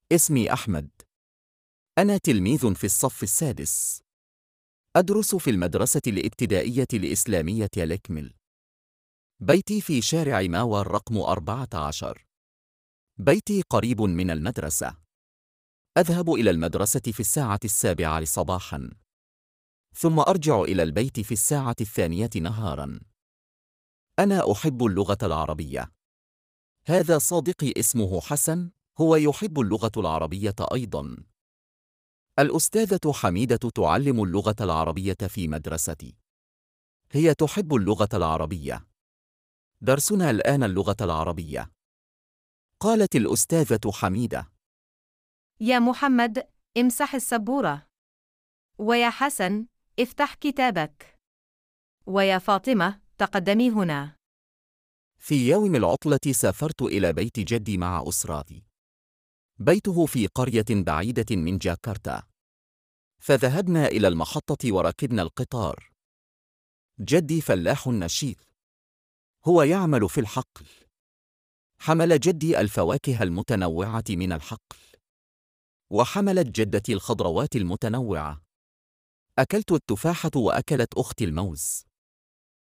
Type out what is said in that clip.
اسمي أحمد. أنا تلميذ في الصف السادس. أدرس في المدرسة الابتدائية الإسلامية لكمل. بيتي في شارع ماوى الرقم 14. بيتي قريب من المدرسة. أذهب إلى المدرسة في الساعة 7 صباحاً، ثم أرجع إلى البيت في الساعة 2 نهاراً. أنا أحب اللغة العربية. هذا صديقي اسمه حسن، هو يحب اللغة العربية أيضاً. الأستاذة حميدة تعلم اللغة العربية في مدرستي. هي تحب اللغة العربية. درسنا الآن اللغة العربية. قالت الأستاذة حميدة: يا محمد، امسح السبورة. ويا حسن، افتح كتابك. ويا فاطمة، تقدمي هنا. في يوم العطلة سافرت إلى بيت جدي مع أسرتي. بيته في قرية بعيدة من جاكرتا. فذهبنا إلى المحطة وركبنا القطار. جدي فلاح نشيط. هو يعمل في الحقل. حمل جدي الفواكه المتنوعة من الحقل، وحملت جدتي الخضروات المتنوعة. أكلت التفاحة وأكلت أختي الموز.